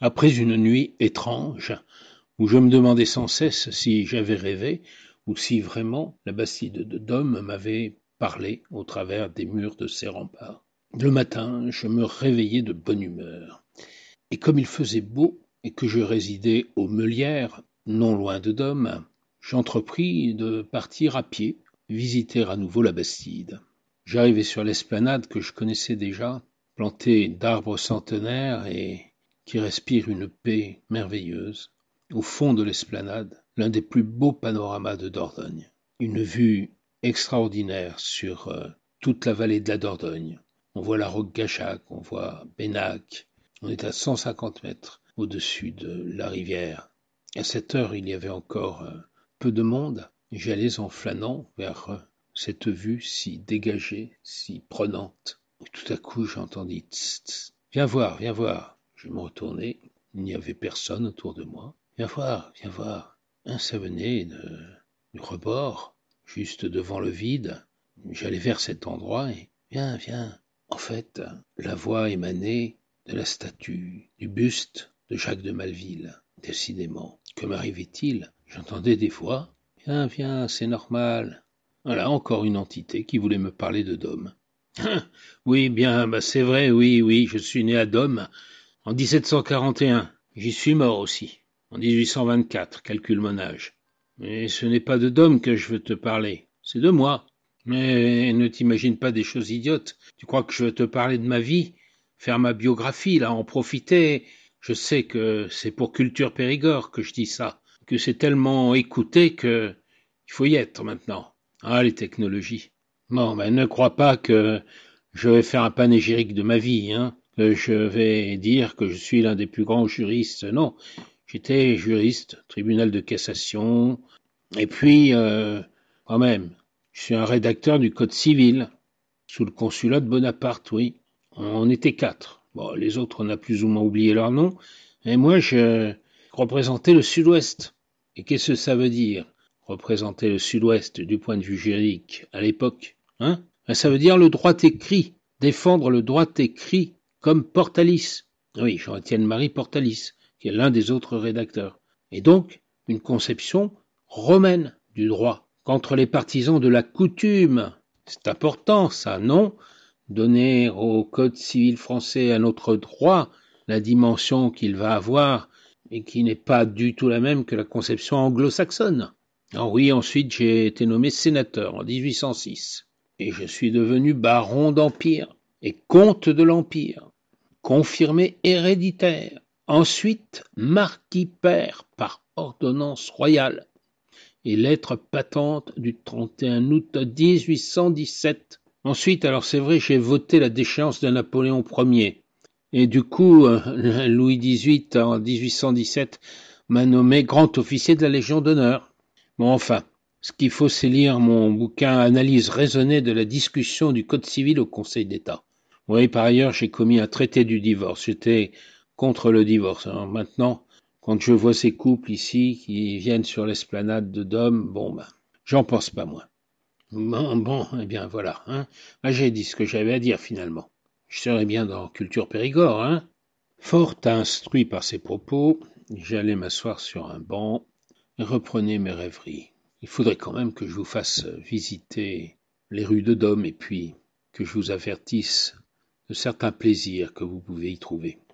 Après une nuit étrange, où je me demandais sans cesse si j'avais rêvé, ou si vraiment la Bastide de Dôme m'avait parlé au travers des murs de ses remparts. Le matin, je me réveillai de bonne humeur. Et comme il faisait beau, et que je résidais aux Meulières, non loin de Dôme, j'entrepris de partir à pied, visiter à nouveau la Bastide. J'arrivai sur l'esplanade que je connaissais déjà, plantée d'arbres centenaires et qui respire une paix merveilleuse. Au fond de l'esplanade, l'un des plus beaux panoramas de Dordogne. Une vue extraordinaire sur toute la vallée de la Dordogne. On voit la Roque-Gachac, on voit Bénac. On est à 150 mètres au-dessus de la rivière. À cette heure, il y avait encore peu de monde. J'allais en flânant vers cette vue si dégagée, si prenante. Et tout à coup, j'entendis tss, tss. Viens voir, viens voir. Je me retournai. Il n'y avait personne autour de moi. Viens voir, viens voir. Ça venait du rebord, juste devant le vide. J'allais vers cet endroit et viens, viens. En fait, la voix émanait de la statue, du buste de Jacques de Maleville. Décidément, que m'arrivait-il? J'entendais des voix. Viens, viens, c'est normal. Voilà encore une entité qui voulait me parler de Dôme. Oui, bien, c'est vrai, oui, oui, je suis né à Dôme en 1741. J'y suis mort aussi, en 1824, calcule mon âge. Mais ce n'est pas de Dôme que je veux te parler, c'est de moi. Mais ne t'imagine pas des choses idiotes. Tu crois que je veux te parler de ma vie? Faire ma biographie, là, en profiter? Je sais que c'est pour Culture Périgord que je dis ça, que c'est tellement écouté que il faut y être maintenant. Ah, les technologies. Bon, ne crois pas que je vais faire un panégyrique de ma vie, hein. Que je vais dire que je suis l'un des plus grands juristes. Non, j'étais juriste, tribunal de cassation, et puis, quand même, je suis un rédacteur du Code civil, sous le consulat de Bonaparte, oui. On était 4. Bon, les autres, on a plus ou moins oublié leur nom. Et moi, je représentais le Sud-Ouest. Et qu'est-ce que ça veut dire, représenter le Sud-Ouest du point de vue juridique à l'époque, hein? Ça veut dire le droit écrit, défendre le droit écrit comme Portalis. Oui, Jean-Étienne Marie Portalis, qui est l'un des autres rédacteurs. Et donc, une conception romaine du droit, qu'entre les partisans de la coutume. C'est important, ça, non? Donner au Code civil français, à notre droit, la dimension qu'il va avoir et qui n'est pas du tout la même que la conception anglo-saxonne. Alors oui, ensuite j'ai été nommé sénateur en 1806 et je suis devenu baron d'Empire et comte de l'Empire, confirmé héréditaire. Ensuite, marquis pair par ordonnance royale et lettre patente du 31 août 1817. Ensuite, alors c'est vrai, j'ai voté la déchéance de Napoléon Ier. Et du coup, Louis XVIII, en 1817, m'a nommé grand officier de la Légion d'honneur. Bon, enfin, ce qu'il faut, c'est lire mon bouquin Analyse raisonnée de la discussion du Code civil au Conseil d'État. Oui, par ailleurs, j'ai commis un traité du divorce. J'étais contre le divorce. Alors maintenant, quand je vois ces couples ici qui viennent sur l'esplanade de Dôme, bon, j'en pense pas moins. Bon, eh bien voilà, hein. J'ai dit ce que j'avais à dire finalement. Je serais bien dans Culture Périgord, hein. Fort instruit par ces propos, j'allais m'asseoir sur un banc et reprenais mes rêveries. Il faudrait quand même que je vous fasse visiter les rues de Dôme et puis que je vous avertisse de certains plaisirs que vous pouvez y trouver.